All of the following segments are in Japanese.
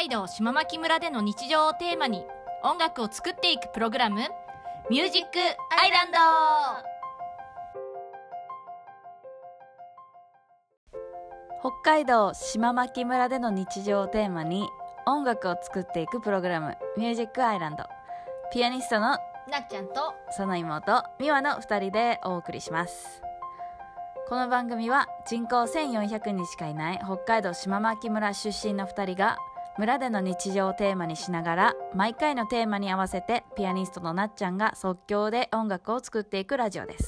海道島牧村での日常をテーマに音楽を作っていくプログラム、ミュージックアイランド。 北海道島牧村での日常をテーマに音楽を作っていくプログラム、ミュージックアイランド。ピアニストのなっちゃんとその妹美和の2人でお送りします。この番組は人口1400人しかいない北海道島牧村出身の2人が村での日常をテーマにしながら、毎回のテーマに合わせてピアニストのなっちゃんが即興で音楽を作っていくラジオです。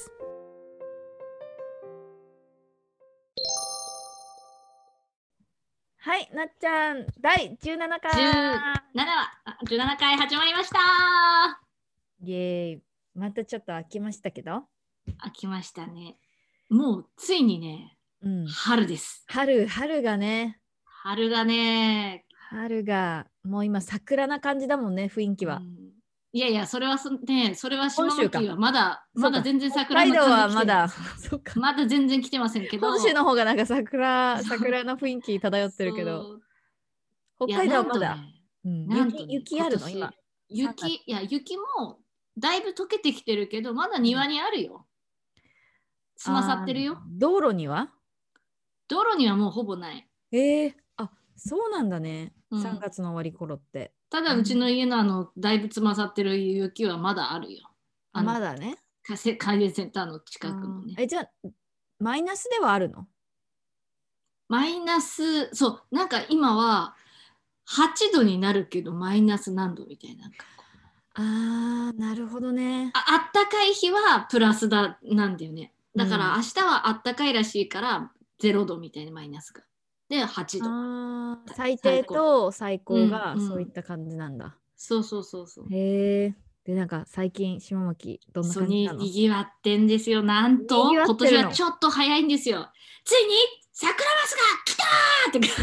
はい、なっちゃん第17回 17回始まりました。 イエーイ。またちょっと飽きましたけど、 飽きましたね。もうついにね、春です。 春がもう今桜な感じだもんね、雰囲気は。 いやいや、それはね、それは島牧はまだ全然桜の感じ来てはないまだ全然来てませんけど、 本州の方がなんか桜の雰囲気漂ってるけど、北海道はまだ、雪あるの今。 雪もだいぶ溶けてきてるけど、まだ庭にあるよ。つまさってるよ。 道路にはもうほぼない。 あ、そうなんだね。3月の終わり頃って。 ただうちの家のだいぶつまさってる雪はまだあるよ。 まだね。 改善センターの近くのね。 じゃあマイナスではあるの？ マイナス、そう、なんか今は8度になるけどマイナス何度みたいな。 なるほどね。 あったかい日はプラスなんだよね。だから明日はあったかいらしいから0度みたいな、マイナスが。で8度。 最低と最高がそういった感じなんだ。 そう。 へえ。で、なんか最近島牧どんな感じなの？ にぎわってんですよ。なんと今年はちょっと早いんですよ。ついに桜マスが来たーって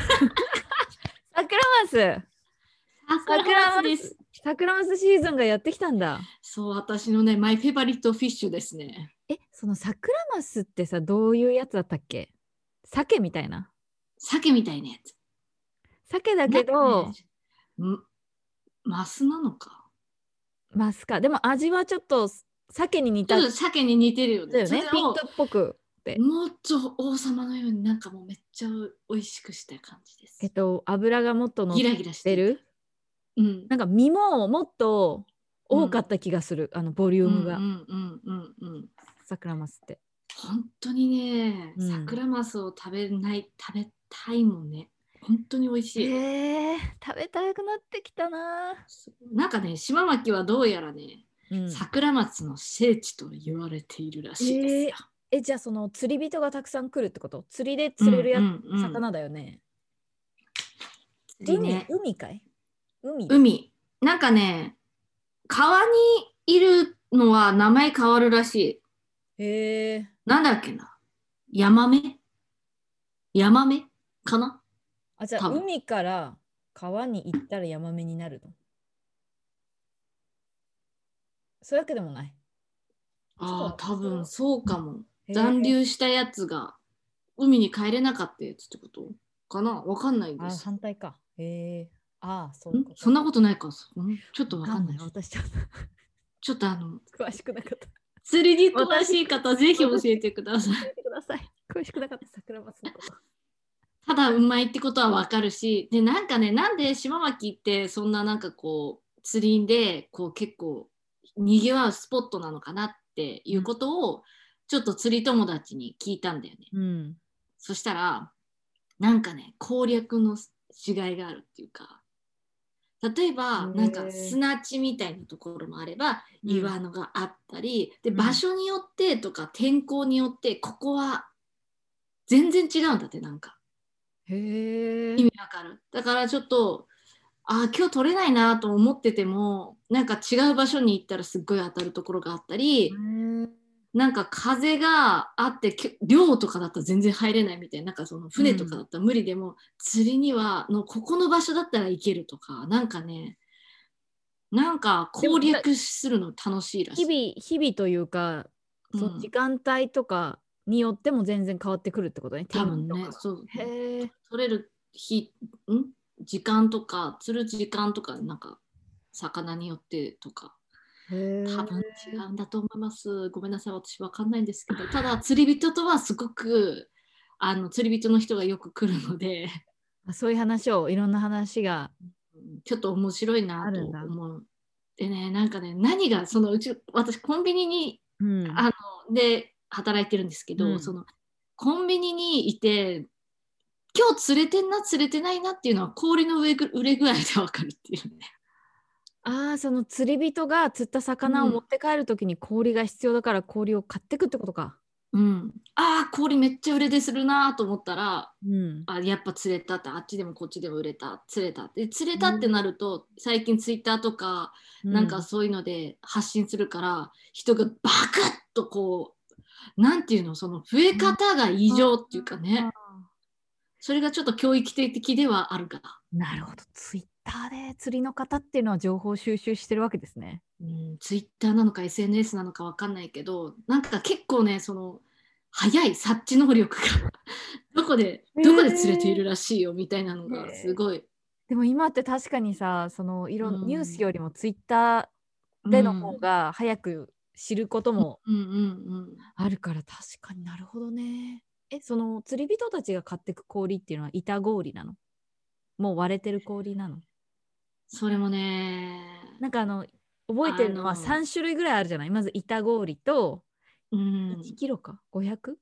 桜マスです。 桜マスシーズンがやってきたんだ。 そう、私のね、マイフェバリットフィッシュですね。 その桜マスってさ、どういうやつだったっけ？鮭みたいな。 鮭みたいなやつ。 鮭だけど、 マスなのか。 マスか。でも味はちょっと鮭に似た。 ちょっと鮭に似てるよね。 ピンクっぽく。 もっと王様のようになんかもうめっちゃ美味しくした感じです。 油がもっと乗ってる。 ギラギラしてる。 なんか身ももっと多かった気がする、ボリュームが。桜マスって本当にね、桜マスを食べたいもんね。本当に美味しい。 食べたくなってきたな。 なんかね、島牧はどうやらね、桜マスの聖地と言われているらしいですよ。 じゃあその釣り人がたくさん来るってこと？釣りで釣れる魚だよね。海かい？ 海。なんかね、川にいるのは名前変わるらしい。なんだっけな。ヤマメかな？ じゃあ海から川に行ったらヤマメになるの？そういうわけでもない。 多分そうかも。残留したやつが海に帰れなかったやつってことかな？わかんないです。 反対か。そうか。 そんなことないか。ちょっとわかんない。 私ちょっと詳しくなかった。 釣りに詳しい方、ぜひ教えてください。 詳しくなかった、桜マスのこと。 ただうまいってことはわかるし、でなんかね、なんで島牧ってそんななんかこう釣りでこう結構にぎわうスポットなのかなっていうことをちょっと釣り友達に聞いたんだよね。そしたらなんかね、攻略の違いがあるっていうか、例えばなんか砂地みたいなところもあれば岩のがあったり、で場所によってとか天候によってここは全然違うんだって。なんか意味わかる？だからちょっと今日取れないなと思ってても、なんか違う場所に行ったらすっごい当たるところがあったり、なんか風があって漁とかだったら全然入れないみたいな、なんかその船とかだったら無理でも、釣りにはここの場所だったら行けるとか、なんかね、なんか攻略するの楽しいらしい。 日々というか、その時間帯とかによっても全然変わってくるってことね。 多分ね、そう。取れる日時間とか釣る時間とかなんか魚によってとか多分違うんだと思います。ごめんなさい、私わかんないんですけど、ただ釣り人とはすごく釣り人の人がよく来るので、 そういう話を、いろんな話がちょっと面白いなと思う。でね、なんかね、何が私コンビニに、で働いてるんですけど、そのコンビニにいて今日釣れてんな釣れてないなっていうのは氷の売れ具合で分かるっていうね。 その釣り人が釣った魚を持って帰るときに氷が必要だから氷を買ってくってことか。 氷めっちゃ売れでするなと思ったら、 うんやっぱ釣れたって、あっちでもこっちでも売れた、釣れたで、釣れたってなると、最近ツイッターとか、なんかそういうので発信するから人がバクッとこう、なんていうの、その増え方が異常っていうかね、それがちょっと教育的ではあるから。 なるほど、ツイッターで釣りの方っていうのは情報収集してるわけですね。 ツイッターなのか SNS なのか分かんないけど、なんか結構ね、その早い察知能力がどこで連れているらしいよみたいなのがすごい。 でも今って確かにさ、そのニュースよりもツイッターでの方が早く知ることもあるから、確かになるほどね。その釣り人たちが買ってく氷っていうのは板氷なの？もう割れてる氷なの？ それもね、 なんか覚えてるのは3種類ぐらいあるじゃない。まず板氷と1キロか 500?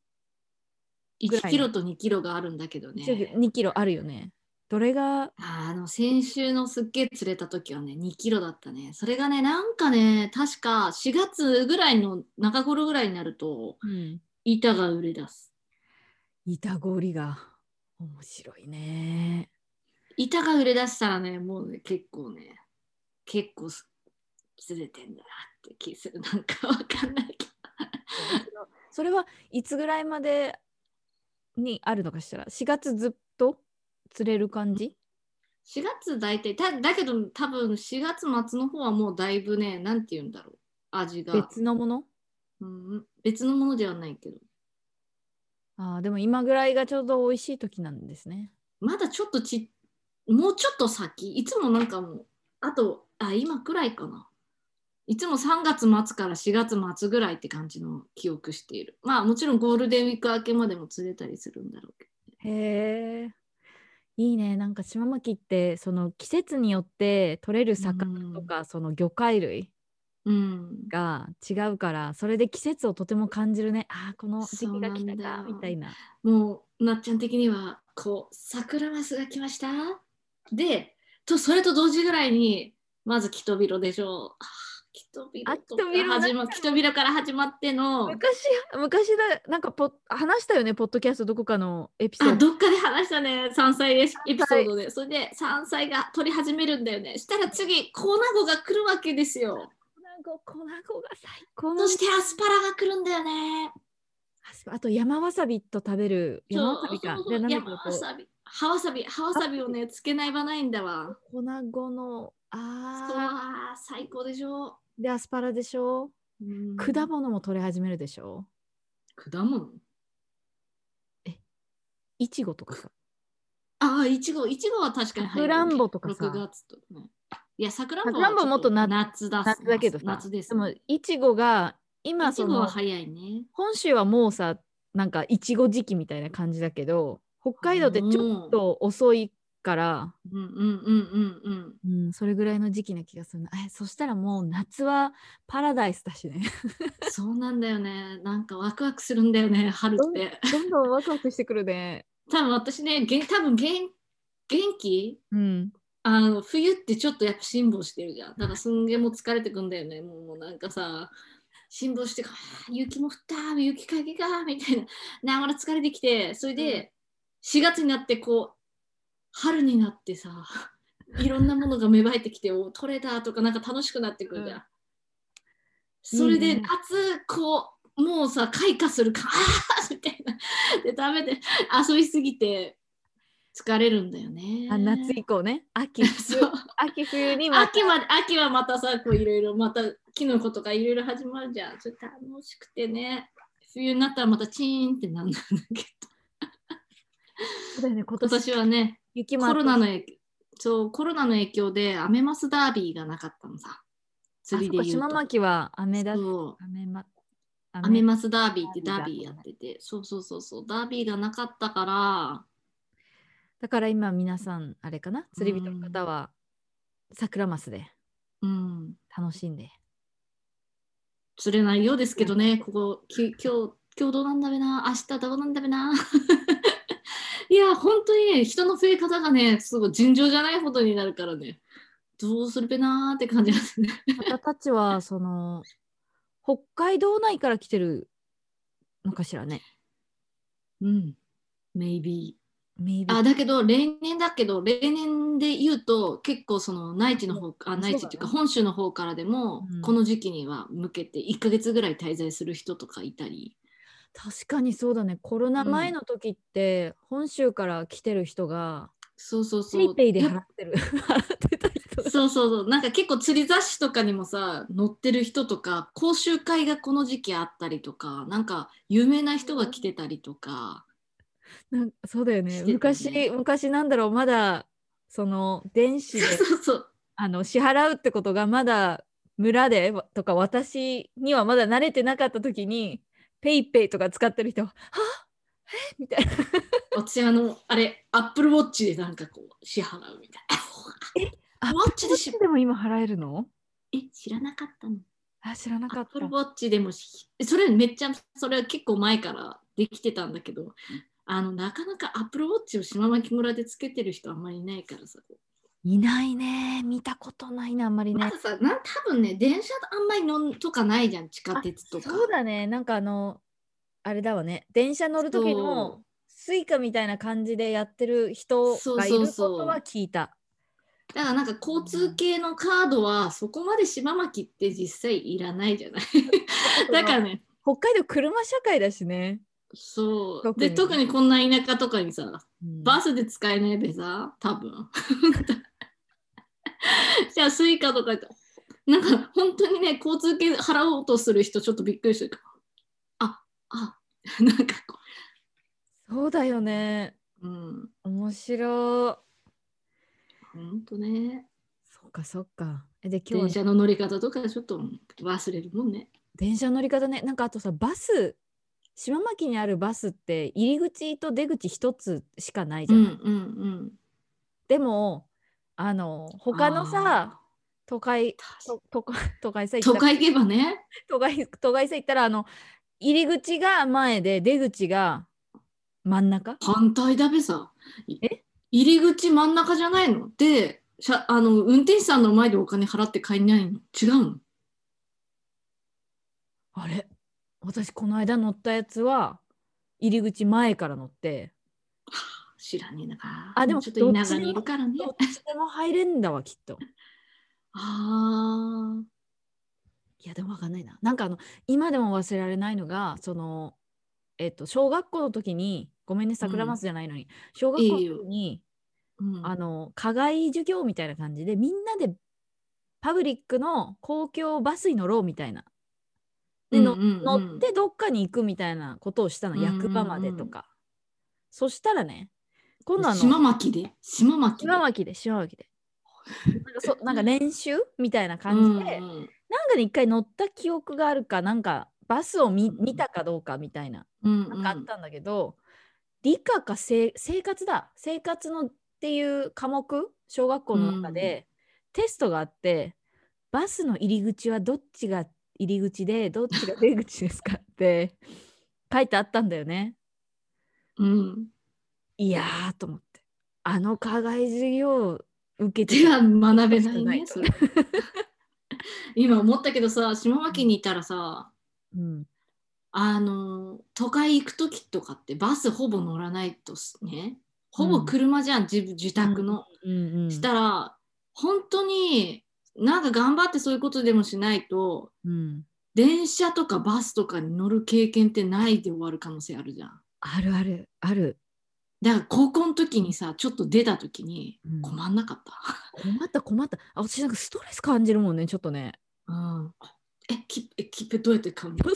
1キロと2キロがあるんだけどね。 2キロあるよね。どれが？ 先週のすっげえ釣れた時はね、2キロだったね。それがね、なんかね、確か4月ぐらいの中頃ぐらいになると、板が売れ出す。 板氷が面白いね。 板が売れ出したらね、もうね、結構釣れてんだなって気する。なんかわかんないけど。 それはいつぐらいまでにあるのかしら。4月ずっと釣れる感じ ？4月大体だけど多分4月末の方はもうだいぶね、なんて言うんだろう、味が別のもの、 別のものではないけど、 でも今ぐらいがちょうど美味しい時なんですね。 まだちょっともうちょっと先、いつもなんかもう今くらいかな、いつも3月末から4月末ぐらいって感じの記憶している。まあもちろんゴールデンウィーク明けまでも釣れたりするんだろうけど、ね、 へえ、いいね。なんか島巻ってその季節によって取れる魚とか、その魚介類が違うから、それで季節をとても感じるね。この時期が来たかみたいな。 もうなっちゃん的にはこう桜マスが来ましたでそれと同時ぐらいにまずキトビロでしょ。キトビロから始まっての昔だ、なんか話したよね、ポッドキャストどこかのエピソード。 どっかで話したね、山菜エピソードで。それで山菜が取り始めるんだよね。したら次コナゴが来るわけですよ。 コナゴが最高。 そしてアスパラが来るんだよね。 あと山わさびと食べる山わさびか。 山わさび、葉わさびをねつけないばないんだわ。 コナゴの最高でしょ。 でアスパラでしょ。果物も取れ始めるでしょ。 果物？ いちごとかさ。 いちごは確かに入る、ね。さくらんぼとかさ。 6月とね。いや、さくらんぼはもっと夏だけどさ。 夏です、 でもいちごが今いちごは早いね。 本州はもうさ、なんかいちご時期みたいな感じだけど、北海道ってちょっと遅いから、それぐらいの時期な気がするな。そしたらもう夏はパラダイスだしね。 そうなんだよね。なんかワクワクするんだよね、春って。 どんどんワクワクしてくるね。 多分私ね、多分元気、冬ってちょっとやっぱ辛抱してるじゃん。だからすんげえもう疲れてくんだよね。もうなんかさ、辛抱して雪も降った雪かきがみたいな、なまら疲れてきて、それで4月になってこう春になってさ、いろんなものが芽生えてきて取れたとかなんか楽しくなってくるじゃん。それで夏こうもうさ開花するかみたいなでダメで遊びすぎて疲れるんだよね。 夏以降ね、秋冬に秋はまたさこういろいろまたキノコとかいろいろ始まるじゃん。それ楽しくてね、冬になったらまたチーンってなるんだけど。 そうだよね、今年はねコロナの影響、 そうコロナの影響でアメマスダービーがなかったのさ。釣りで言うと。 島巻はアメマスダービーってダービーやってて、そうダービーがなかったから。 だから今皆さんあれかな、釣り人の方は桜マスで楽しんで、 釣れないようですけどね、ここ今日どうなんだべな、明日どうなんだべな。いや本当にね、人の増え方がねすごい尋常じゃないほどになるからね、どうするべなーって感じですね。 方たちはその北海道内から来てるのかしらね。 maybe。だけど例年で言うと結構その内地の方、内地っていうか本州の方からでも、この時期には向けて1ヶ月ぐらい滞在する人とかいたり。 確かにそうだね。コロナ前の時って、本州から来てる人がペイペイで払ってた人そうなんか結構釣り雑誌とかにもさ載ってる人とか、講習会がこの時期あったりとか、なんか有名な人が来てたりとか。 そうだよね。昔なんだろう、まだその電子で支払うってことがまだ村でとか私にはまだ慣れてなかった時にペイペイとか使ってる人はみたいな。 私あれアップルウォッチでなんかこう支払うみたいな。 アップルウォッチでも今払えるの？ 知らなかったの？ 知らなかった。 アップルウォッチでもそれは結構前からできてたんだけど、なかなかアップルウォッチを島牧村でつけてる人あんまりいないからさ。 いないね、見たことないな、あんまりね。 多分ね、電車あんまり乗とかないじゃん、地下鉄とか。 そうだね、なんかあれだわね、電車乗る時のスイカみたいな感じでやってる人がいることは聞いた。 だからなんか交通系のカードはそこまで島牧って実際いらないじゃない。だからね、 北海道車社会だしね。 そうで特にこんな田舎とかにさ、バスで使えないでさ、多分じゃあスイカとかなんか本当にね、交通系払おうとする人ちょっとびっくりしてる。なんかこう。そうだよね。面白い。 本当ね。 そっか。で今日電車の乗り方とかちょっと忘れるもんね。 電車の乗り方ね。なんかあとさ、島牧にあるバスって入り口と出口一つしかないじゃん。でも他のさ、都会さ行けばね、 都会さ行ったら入り口が前で出口が真ん中。 反対だべさ。入り口真ん中じゃないので、運転手さんの前でお金払って買えないの？違うの？ あれ、私この間乗ったやつは入り口前から乗って。 知らねえなか。でもちょっと田舎にいるからね。 どっちでも入れんだわきっと。いやでも分かんないな。なんか今でも忘れられないのが小学校の時に、ごめんね桜マスじゃないのに、小学校の時に課外授業みたいな感じでみんなでパブリックの公共バスに乗ろうみたいな。で乗ってどっかに行くみたいなことをしたの、役場までとか。そしたらね、今度島牧でなんか練習みたいな感じで、なんかに一回乗った記憶があるか、なんかバスを見たかどうかみたいな、なんかあったんだけど、理科か生活のっていう科目、小学校の中でテストがあって、バスの入り口はどっちが入り口でどっちが出口ですかって書いてあったんだよね。いやーと思って、課外授業受けては学べないね。それ今思ったけどさ、島牧にいたらさ、都会行く時とかってバスほぼ乗らないとね、ほぼ車じゃん、自宅の。したら本当になんか頑張ってそういうことでもしないと、電車とかバスとかに乗る経験ってないで終わる可能性あるじゃん。 ある。 だから高校の時にさ、ちょっと出た時に困んなかった。 困った。私なんかストレス感じるもんね、ちょっとね。 切符どうやって買うの？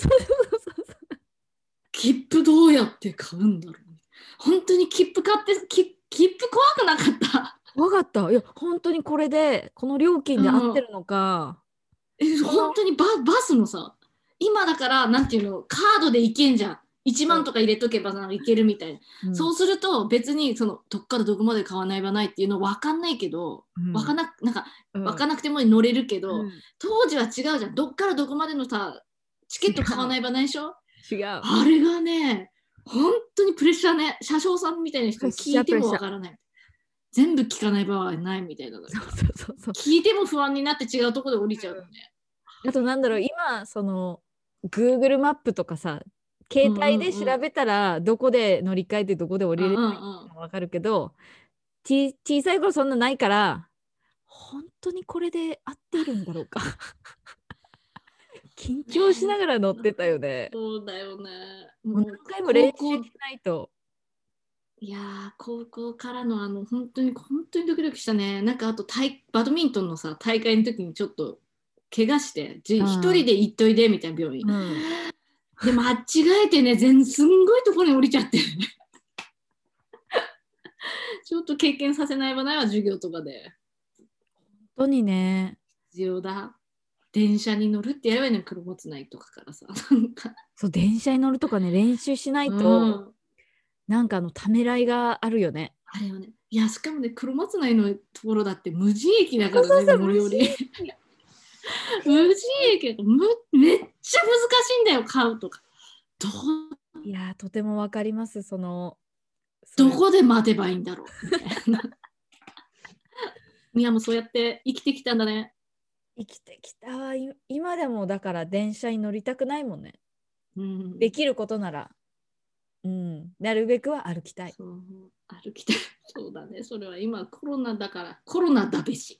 切符どうやって買うんだろう。本当に切符買って、切符怖くなかった。 わかった。いや、本当にこれで、この料金で合ってるのか。 本当にバスのさ、今だからなんていうの、カードで行けんじゃん。1万とか入れとけばなんか行けるみたいな、 うん、 そうすると別にそのどっからどこまで買わないばないっていうの分かんないけど、 うん、 なんかうん、 分かんなくても乗れるけど、 うん、 当時は違うじゃん。どっからどこまでのさチケット買わないばないでしょ。 違う。 あれがね、本当にプレッシャーね。車掌さんみたいな人に聞いても分からない。全部聞かない場合はないみたいなの。 そう。 聞いても不安になって違うところで降りちゃうのね。 あとなんだろう、今、その、Google マップとかさ、携帯で調べたら、どこで乗り換えてどこで降りれるかわかるけど、小さい頃そんなないから、本当にこれで合っているんだろうか。緊張しながら乗ってたよね。 そうだよね。 もう何回も練習しないと。 いやー、高校からの本当にドキドキしたね。なんかあとバドミントンのさ、大会の時にちょっと怪我して、一人で行っといでみたいな病院。で、間違えてね、すんごいところに降りちゃって。ちょっと経験させないばないわ、授業とかで。 本当にね。 必要だ。電車に乗るってやればいいのに車持つないとかからさ。 そう、電車に乗るとかね、練習しないと、なんかためらいがあるよね。 あれよね。いや、しかもね、黒松内のところだって無人駅だからね、乗るより。無人駅だからめっちゃ難しいんだよ、買うとか。 いや、とてもわかります。 どこで待てばいいんだろうみたいな。みやもそうやって生きてきたんだね。 生きてきたわ。今でもだから電車に乗りたくないもんね。 うん、 できることなら。なるべくは歩きたい。 そう歩きたい。そうだね。それは今コロナだからコロナだべし。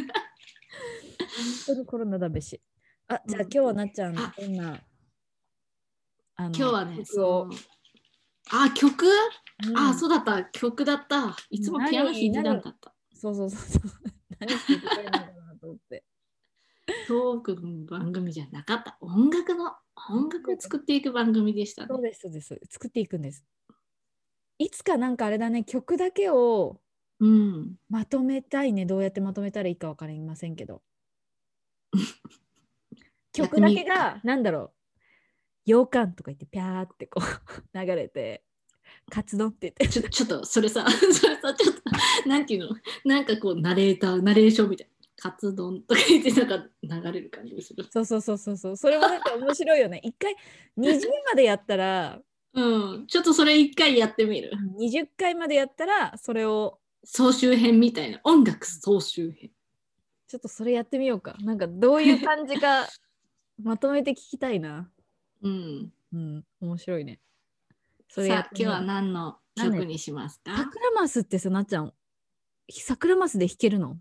本当にコロナだべし。じゃあ今日はなっちゃん、どんな今日はね、 曲を。 曲、そうだった。曲だった。いつもピアノ弾いてたんだった。 そう。何弾いてくれるのかなと思って。 トークの番組じゃなかった。音楽を作っていく番組でしたね。 そうです。作っていくんです。いつかなんかあれだね、曲だけをまとめたいね。どうやってまとめたらいいか分かりませんけど。曲だけが、なんだろう、洋館とか言ってピャーってこう流れて、カツ丼って言って。 ちょっとそれさ、ちょっと、なんていうの、なんかこう、ナレーションみたいな。カツ丼とか言ってなんか流れる感じがする。 そう。それもなんか面白いよね。一回20までやったら、 ちょっとそれ一回やってみる。 20回までやったら、それを。 総集編みたいな。音楽総集編。 ちょっとそれやってみようか。なんかどういう感じかまとめて聞きたいな。面白いね。 さあ、今日は何の曲にしますか？ サクラマスってさ、なっちゃん、サクラマスで弾けるの？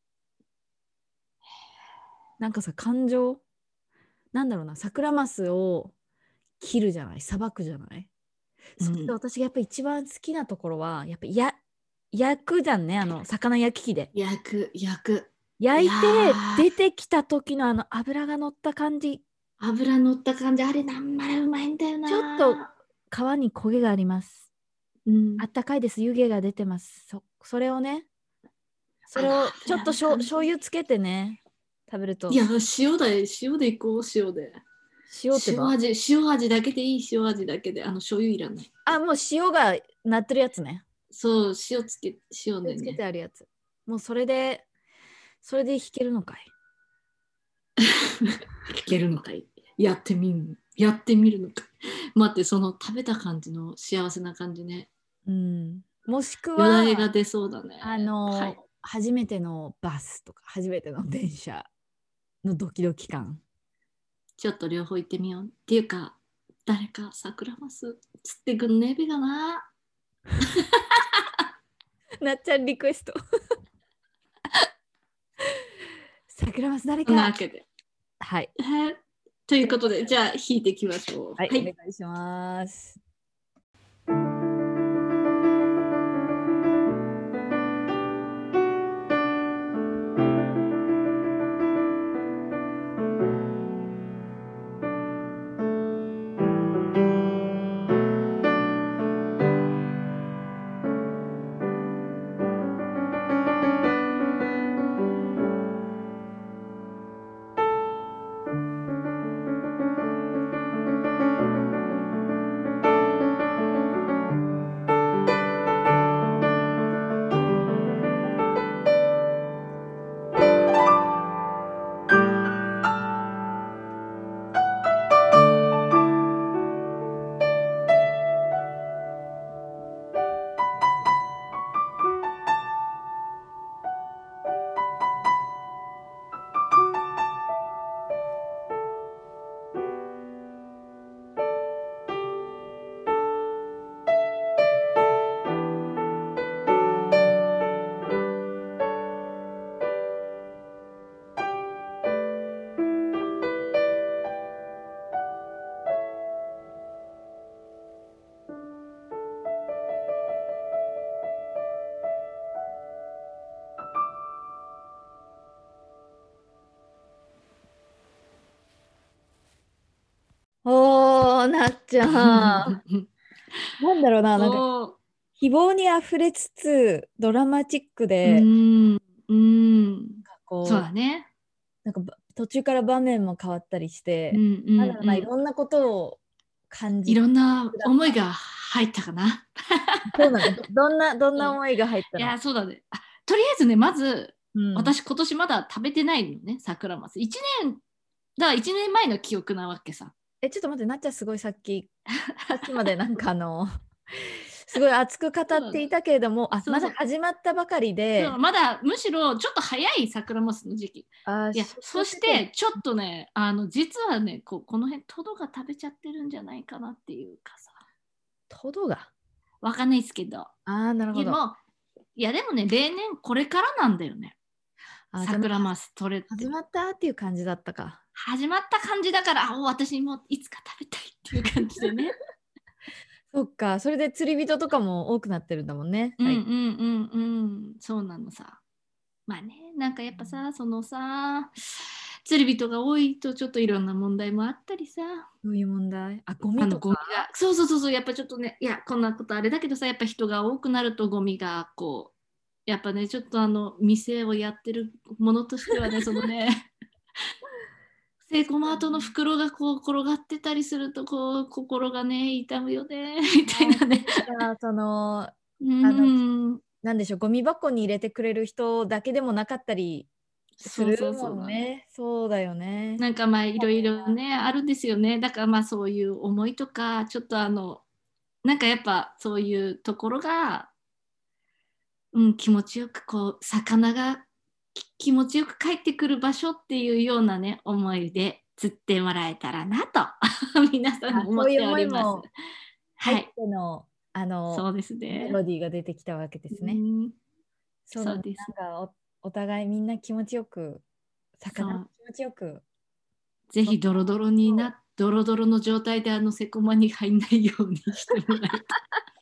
なんかさ、感情なんだろうな、サクラマスを切るじゃない、さばくじゃない。そして私がやっぱ一番好きなところは、やっぱ焼くじゃんね、魚焼き器で。 焼く。 焼いて出てきた時の油が乗った感じ。 油乗った感じ、あれなんまらうまいんだよな。 ちょっと皮に焦げがあります。あったかいです。湯気が出てます。それをちょっと醤油つけてね、食べると。 いや、塩でいこう、塩で。塩味だけでいい、塩味だけで。醤油いらない。 もう塩がなってるやつね。 そう、塩つけてあるやつ。もうそれで弾けるのかい。 弾けるのかい。やってみるのかい。待って、その食べた感じの幸せな感じね。 もしくは、 よだれが出そうだね。 初めてのバスとか、初めての電車のドキドキ感。 ちょっと両方行ってみよう。っていうか、誰か桜マス釣ってくんねえべがな。 なっちゃんリクエスト。桜マス誰か。 なわけで。 はい。 ということで、じゃあ弾いていきましょう。 はい、お願いします。 よ、なっちゃん。なんだろうな、なんかそ希望にあふれつつ、ドラマチックう。 で、 そうこだね。 なんか途中から場面も変わったりしうんうて、なんだろうな、いんうん。 ろんなことを感じいろんなだった。 思いが入ったかな。 そうなの。どんなうん、 思いが入ったの？ いや、そうだね。とりあえずね、まず、 うん。 私今年まだ食べてないのね、桜マス。1年前の記憶なわけさ。 ちょっと待って、なっちゃんすごいさっきまですごい熱く語そうなの。 っていたけれども、まだそうそう。 始まったばかりそう、 で、 まだむしろちょっと早い桜マスの時期。いや、そし食事てちょっとね、実はね、この辺、トドが食べちゃってるんじゃないかなっていうかさ、 トドが。 わかんないですけど。 なるほど。 でも、いや、でもね、例年これからなんだよね。 じゃあもう桜マス取れて。 始まったっていう感じだったか。 始まった感じだから、私もいつか食べたいっていう感じでね。 そっか、それで釣り人とかも多くなってるんだもんね、 うんうん最近。 うんうん、そうなのさ。まあね、なんかやっぱさ、そのさ、釣り人が多いとちょっといろんな問題もあったりさ、 どういう問題？ゴミとゴミか？ が、そうそうそうそう、やっぱちょっとね、いや、こんなことあれだけどさ、やっぱ人が多くなるとゴミがこう、やっぱね、ちょっと店をやってるものとしてはね、そのね、セイコマートの袋がこう転がってたりすると、こう、心がね、痛むよね、みたいなね。 じゃあ、 うあの、 ん、 なんでしょう、ゴミ箱に入れてくれる人だけでもなかったりすそうそうるもそうなの。 んね。そうだよね。 なんかまあいろいろねあるんですよね。だからまあそういう思いとかちょっとなんかやっぱそういうところが、気持ちよくこう魚が気持ちよく帰ってくる場所っていうようなね思いで釣ってもらえたらなと皆さん思っておそういう思いります。 も入っはい、 ての、 そうですメね。 ロディーが出てきたわけですね。 うん、 そうだね。 そうです。 お互いみんな気持ちよく、魚もそう。 気持ちよく、 ぜひドロドロドロドロの状態でセコマに入んないようにしてもらえた。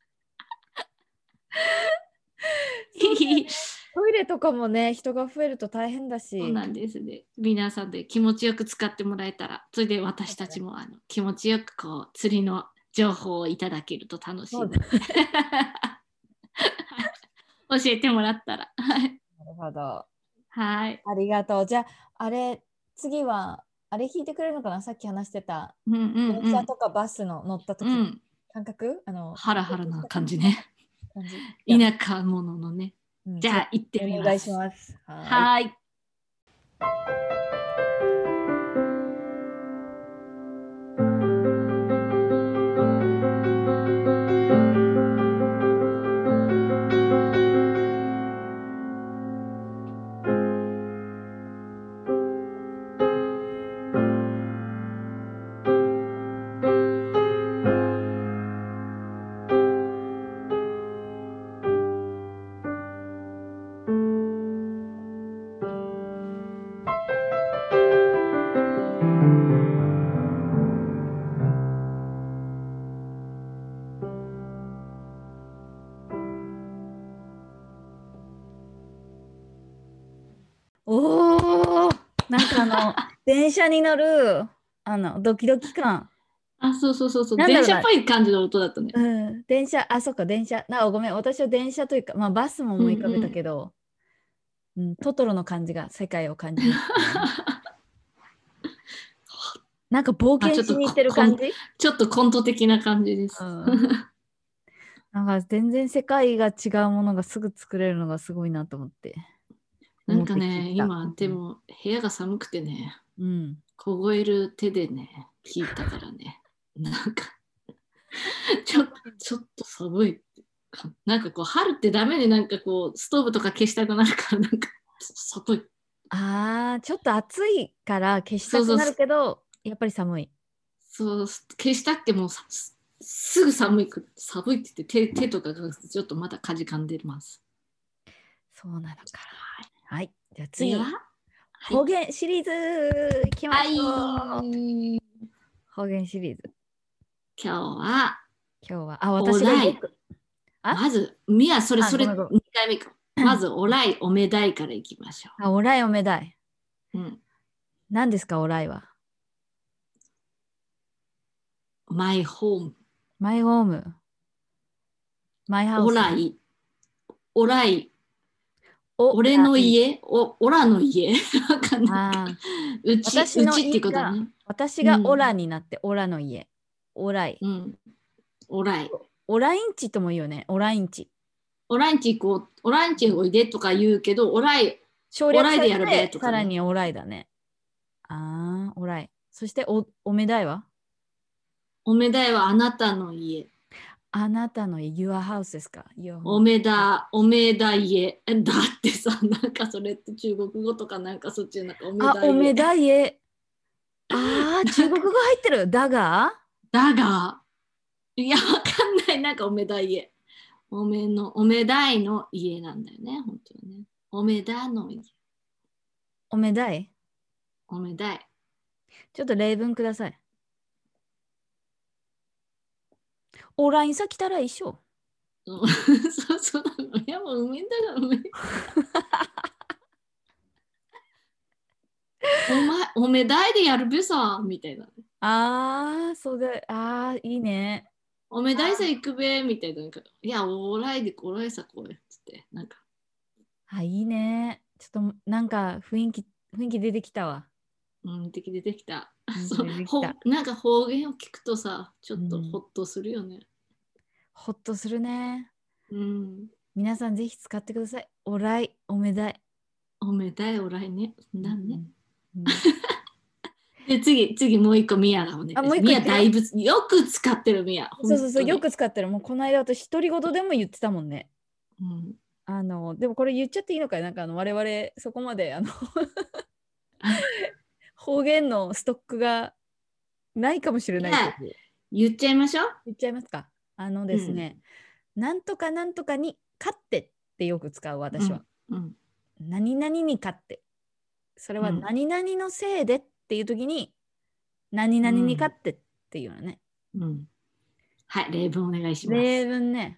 そうだよね。トイレとかもね、人が増えると大変だし。 そうなんですね。皆さんで気持ちよく使ってもらえたら、それで私たちも気持ちよくこう釣りの情報をいただけると楽しいので、 そうだね。 教えてもらったら。 なるほど。 はい。 ありがとう。じゃあ、次は、あれ聞いてくれるのかな？さっき話してた、 うんうん電うん。 車とかバスの乗った時、 うん。 感覚ハラハラな感じね。 感じ。じゃあ、 田舎者のね。じそれゃあ行ってみお願いします。 ます。はーい。 はい。 おー、なんか電車に乗る、ドキドキ感。 あ、そうそうそうそう。 なんだろうな、 電車っぽい感じの音だったね。 電車、そっか、電車。ごめん、私は電車というか、バスもうん思い浮かべうん。 たけど、トトロの感じが世界を感じましたね。なんか冒まあ、 険しに行ってる感じ。 ちょっとコント的な感じです。 うん。なんか全然世界が違うものがすぐ作れるのがすごいなとなん思って聞いかね、 てた。 今、でも部屋が寒くてね、 うん。 凍える手でね、聞いたからね、なんかちょっと寒い。なんかこう、春ってダメで、なんかこう、ストーブとか消したくなるから、なんか、寒い。 ちょっと暑いから消したくなるそうそう、 けど、やっぱり寒い。 そう、消したってもうすぐ寒いって言って手とかがちょっとまだかじかんでます。 そうなのか。はい。じゃあでは、 次、 はい。 方言シリーズいきまはしょう。 い。 方言シリーズ。 今日は、 今日は、 おらい。 私が行く。 まず、それごめんごめん。 2回目か。まず、おらい、おめだいからいきましょおらいおめだい。 う。うん。 何ですか、おらいは。 マイホーム。 マイホーム。マイハウス。 オライ。オライ。 お俺の家オラの家わかんない。 あうち私のってこと家が、 ね。 私がオラになって、オラの家。オライ。 うん。オライ。 オラインチとも言うよね。オラインチ。 オランチ行こう。オランチおいでとか言うけど、オライで省略されやるべとか、 て、さらね。 にオライだね。ああ、オライ。そしておめだいはおめだいはあなたの家。 あなたの Your house ですか？ おめだ家。だってさ、なんかそれって中国語とかなんかそっちなんかおめだおめ家。 だ家。ああ、中国語入ってる。だがだが、いや、わかんない。なんかおめだ家。おめだいの家なんだよね、本当にね。おめだの家。 おめだい。 おめだい。 ちょっと例文ください。オラインさ来たら一緒。 そうなの。いや、もうめだがめ。おめだいでやるべさ、みたいな。 ああ、そうだ。ああ、いいね。 おめだいさ行くべ、みたいな。いや、おらいさ、こうやつって。なんか。 いいね。ちょっとなんか雰囲気出てきたわ。 出てきた。 出てきた。 なんか方言を聞くとさ、ちょっとほっとするよね。 ほっとするね。 うん。 皆さんぜひ使ってください。おらい、おめだい。 おめだいおらいね。なんね。 うんで、次もう一個ミヤがお願いします。 もう一個ミヤだいぶよく使ってるミヤ。 そう、よく使ってる。もうこの間私独り言でも言ってたもんね。 うん、 でもこれ言っちゃっていいのかな。なんか我々そこまで方言のストックがないかもしれないけど。 言っちゃいましょう。 言っちゃいますか。ですね、なんとかなんとかに勝ってってよく使う私は。何々に勝って。それは何々のせいでっていう時に、何々に勝ってっていうのね。 はい、例文お願いします。 例文ね。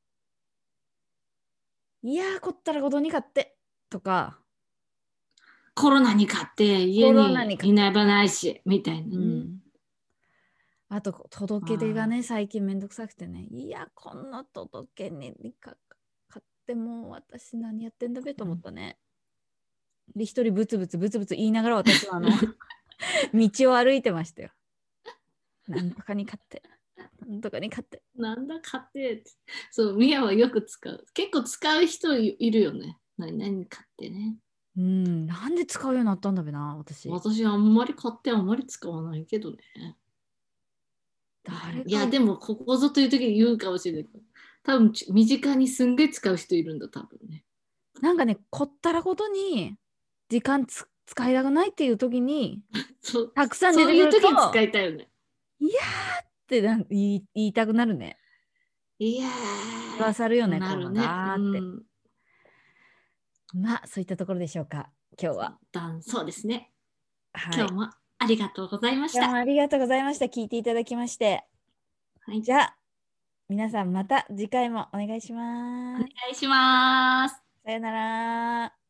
いやー、こったらことに勝ってとか。 コロナに勝って家にいないばないしみたいな、ね。 あと届け出がね最近めんどくさくてね、いやこんな届け出に買ってもう私何やってんだべと思ったね。で一人ブツブツ言いながら私は道を歩いてましたよ。なんとかに買ってなんとかに買ってなんだ買ってってそうミヤはよく使う。結構使う人いるよね。何買ってね。 なんで使うようになったんだべな私あんまり買ってあんまり使わないけどね。いやでもここぞという時に言うかもしれないけど多分身近にすんげえ使う人いるんだ多分ね。 なんかねこったらことに時間使いたくないっていう時にたくさん出てくるとそういう時に使いたいよね。 いやーって言いたくなるね。 いやー言わさるよね。 なるね。 まあそういったところでしょうか今日は。 そうですね。今日もありがとうございました。 今日もありがとうございました。聞いていただきまして。じゃあ皆さんまた次回もお願いします。 お願いします。 さよなら。